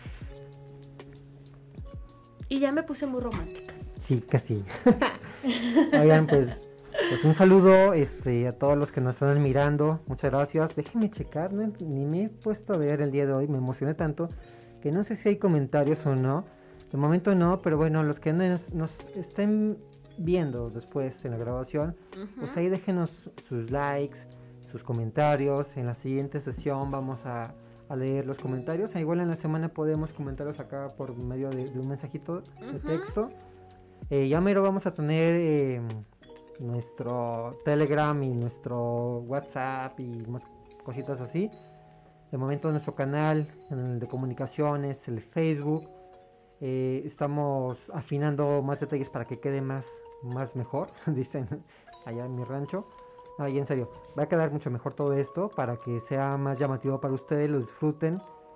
Speaker 2: Y ya me puse muy romántica.
Speaker 1: Sí, que sí. Oigan, pues un saludo a todos los que nos están mirando. Muchas gracias. Déjenme checar, ni me he puesto a ver el día de hoy. Me emocioné tanto que no sé si hay comentarios o no. De momento no, pero bueno, los que nos estén viendo después en la grabación, pues ahí déjenos sus likes, sus comentarios. En la siguiente sesión vamos a leer los comentarios. Igual en la semana podemos comentarlos acá por medio de un mensajito de texto. Ya mero vamos a tener nuestro Telegram y nuestro WhatsApp y más cositas así. De momento nuestro canal de comunicaciones, el Facebook, estamos afinando más detalles para que quede más mejor, dicen allá en mi rancho. No, y en serio, va a quedar mucho mejor todo esto para que sea más llamativo para ustedes, lo disfruten.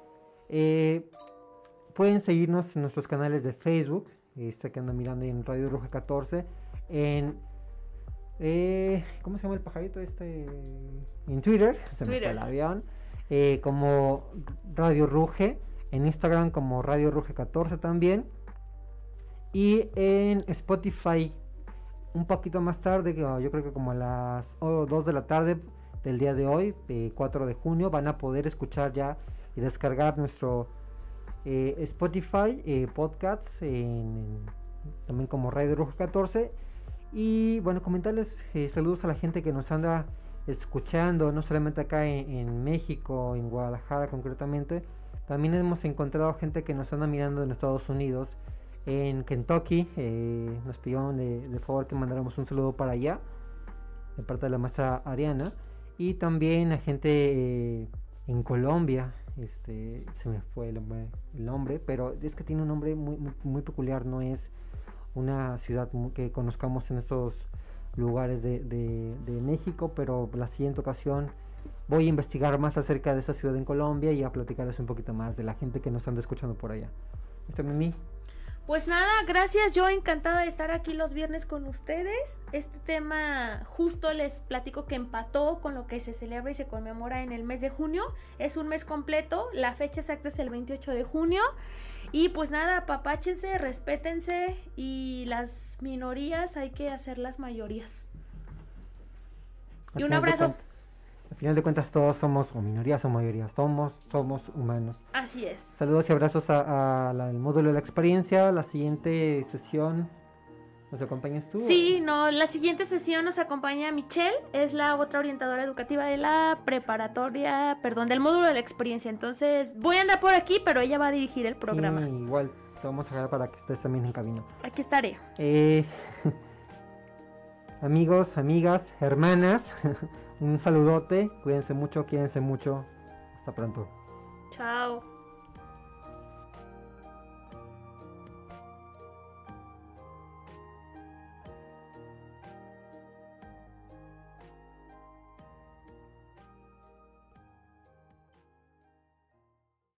Speaker 1: Pueden seguirnos en nuestros canales de Facebook, que ando mirando en Radio Ruge 14, en ¿cómo se llama el pajarito en Twitter, se me fue el avión, como Radio Ruge, en Instagram como Radio Ruge 14 también, y en Spotify un poquito más tarde, yo creo que como a las 2 de la tarde del día de hoy, 4 de junio, van a poder escuchar ya y descargar nuestro Spotify podcasts también como Radio Ruge 14. Y bueno, comentarles saludos a la gente que nos anda escuchando, no solamente acá en México, en Guadalajara concretamente. También hemos encontrado gente que nos anda mirando en Estados Unidos, en Kentucky. Nos pidieron de favor que mandáramos un saludo para allá, de parte de la maestra Ariana. Y también a gente en Colombia, se me fue el nombre, pero es que tiene un nombre muy peculiar, no es una ciudad que conozcamos en estos lugares de México, pero la siguiente ocasión voy a investigar más acerca de esa ciudad en Colombia y a platicarles un poquito más de la gente que nos anda escuchando por allá. Mimi.
Speaker 2: Pues nada, gracias, yo encantada de estar aquí los viernes con ustedes. Este tema justo les platico que empató con lo que se celebra y se conmemora en el mes de junio. Es un mes completo, la fecha exacta es el 28 de junio. Y pues nada, apapáchense, respétense y las minorías hay que hacerlas mayorías. Y un abrazo.
Speaker 1: Al final de cuentas todos somos o minorías o mayorías, somos humanos.
Speaker 2: Así es.
Speaker 1: Saludos y abrazos al módulo de la experiencia. La siguiente sesión, ¿nos acompañas tú?
Speaker 2: Sí, no, la siguiente sesión nos acompaña Michelle, es la otra orientadora educativa de la preparatoria, del módulo de la experiencia. Entonces voy a andar por aquí, pero ella va a dirigir el programa.
Speaker 1: Sí, igual, te vamos a dejar para que estés también en camino.
Speaker 2: Aquí estaré.
Speaker 1: Amigos, amigas, hermanas, un saludote, cuídense mucho, quídense mucho, hasta pronto.
Speaker 2: Chao.